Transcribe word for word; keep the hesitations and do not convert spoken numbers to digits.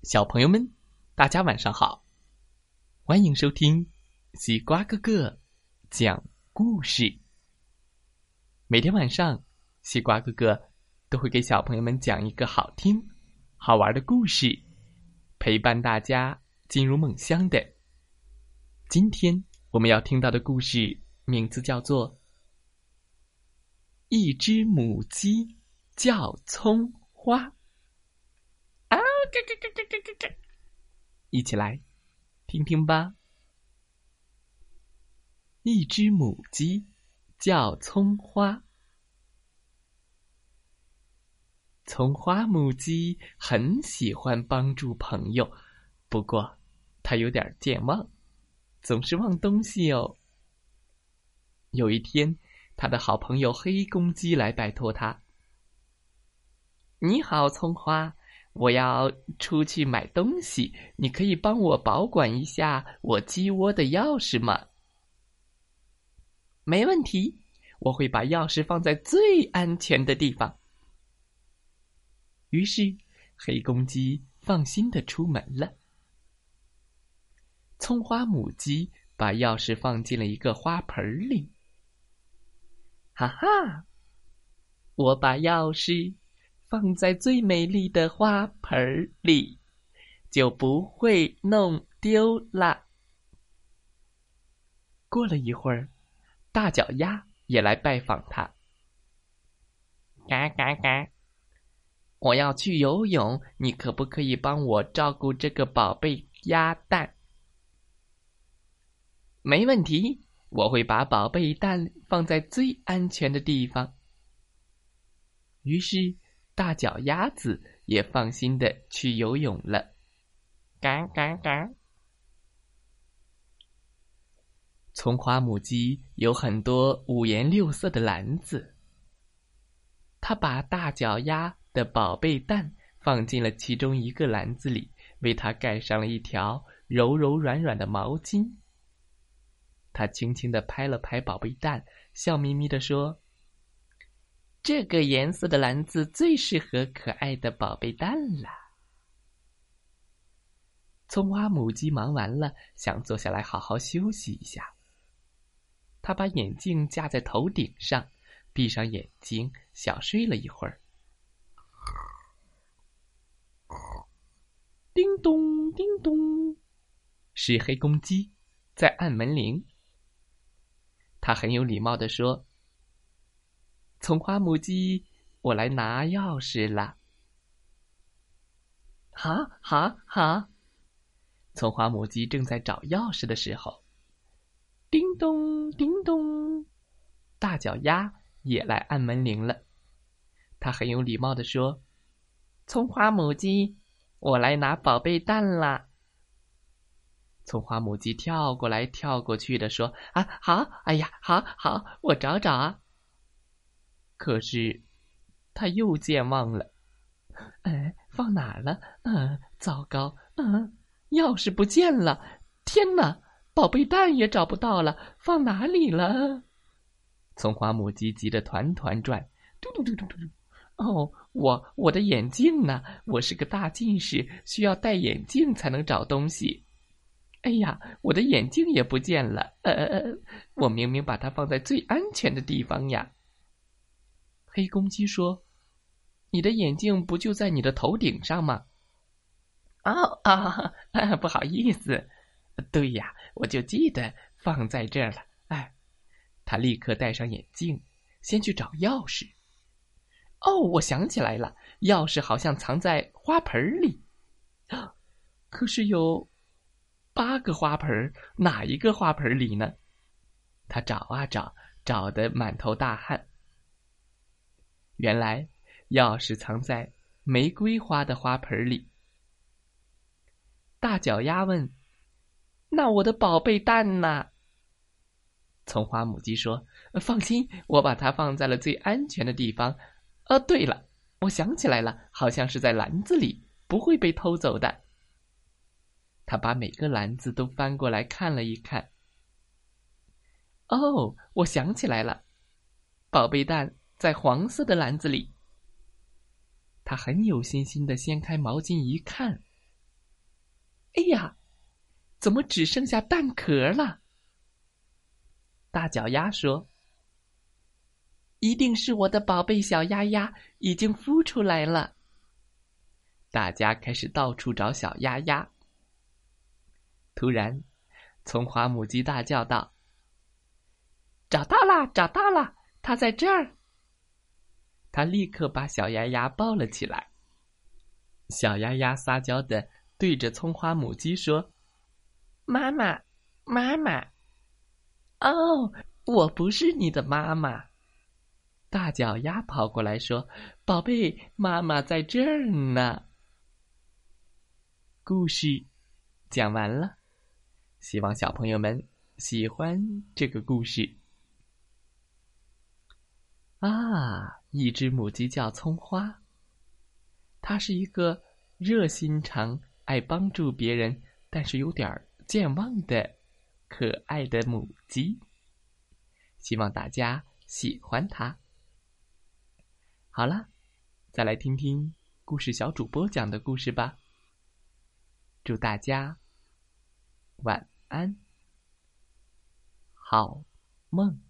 小朋友们，大家晚上好，欢迎收听西瓜哥哥讲故事。每天晚上，西瓜哥哥都会给小朋友们讲一个好听、好玩的故事，陪伴大家进入梦乡的。今天我们要听到的故事名字叫做《一只母鸡叫葱花》。啊，咯咯咯咯咯咯咯！一起来听听吧。一只母鸡叫葱花。葱花母鸡很喜欢帮助朋友，不过它有点健忘，总是忘东西哦。有一天，他的好朋友黑公鸡来拜托他：“你好，葱花。我要出去买东西，你可以帮我保管一下我鸡窝的钥匙吗？”“没问题，我会把钥匙放在最安全的地方。”于是，黑公鸡放心地出门了。葱花母鸡把钥匙放进了一个花盆里。哈哈，我把钥匙放在最美丽的花盆里，就不会弄丢了。过了一会儿，大脚丫也来拜访他。嘎嘎嘎！我要去游泳，你可不可以帮我照顾这个宝贝鸭蛋？没问题，我会把宝贝蛋放在最安全的地方。于是，大脚丫子也放心的去游泳了。嘎嘎嘎！葱花母鸡有很多五颜六色的篮子，它把大脚丫的宝贝蛋放进了其中一个篮子里，为它盖上了一条柔柔软软的毛巾。它轻轻地拍了拍宝贝蛋，笑眯眯地说：“这个颜色的篮子最适合可爱的宝贝蛋了。”葱花母鸡忙完了，想坐下来好好休息一下。他把眼镜架在头顶上，闭上眼睛，小睡了一会儿。叮咚叮咚，是黑公鸡在按门铃。他很有礼貌地说：“葱花母鸡，我来拿钥匙了。”哈哈哈！葱花母鸡正在找钥匙的时候，叮咚叮咚，大脚丫也来按门铃了。他很有礼貌地说：“葱花母鸡，我来拿宝贝蛋啦。”葱花母鸡跳过来跳过去的说：“啊，好，哎呀，好，好，我找找啊。”可是，他又健忘了。哎，放哪儿了？嗯，糟糕，嗯，钥匙不见了！天哪，宝贝蛋也找不到了，放哪里了？葱花母鸡急得团团转，嘟嘟嘟嘟嘟嘟。哦，我我的眼镜呢？我是个大近视，需要戴眼镜才能找东西。哎呀，我的眼镜也不见了！呃，我明明把它放在最安全的地方呀。黑公鸡说：“你的眼镜不就在你的头顶上吗？”哦啊、哦，不好意思。对呀，我就记得放在这儿了。哎，他立刻戴上眼镜，先去找钥匙。哦，我想起来了，钥匙好像藏在花盆里。可是有八个花盆，哪一个花盆里呢？他找啊找，找得满头大汗。原来钥匙藏在玫瑰花的花盆里。大脚丫问：“那我的宝贝蛋呢？”葱花母鸡说：“放心，我把它放在了最安全的地方。哦，对了，我想起来了，好像是在篮子里，不会被偷走的。”他把每个篮子都翻过来看了一看。哦，我想起来了，宝贝蛋在黄色的篮子里。他很有信心地掀开毛巾一看， 哎呀，怎么只剩下蛋壳了？大脚丫说：“一定是我的宝贝小鸭鸭已经孵出来了。”大家开始到处找小鸭鸭。突然，葱花母鸡大叫道：“找到啦，找到啦，它在这儿！”他立刻把小鸭鸭抱了起来。小鸭鸭撒娇地对着葱花母鸡说：“妈妈，妈妈。”哦，我不是你的妈妈。大脚丫跑过来说：“宝贝，妈妈在这儿呢。”故事讲完了，希望小朋友们喜欢这个故事。啊，一只母鸡叫葱花，它是一个热心肠、爱帮助别人，但是有点健忘的可爱的母鸡。希望大家喜欢它。好了，再来听听故事小主播讲的故事吧。祝大家晚安，好梦。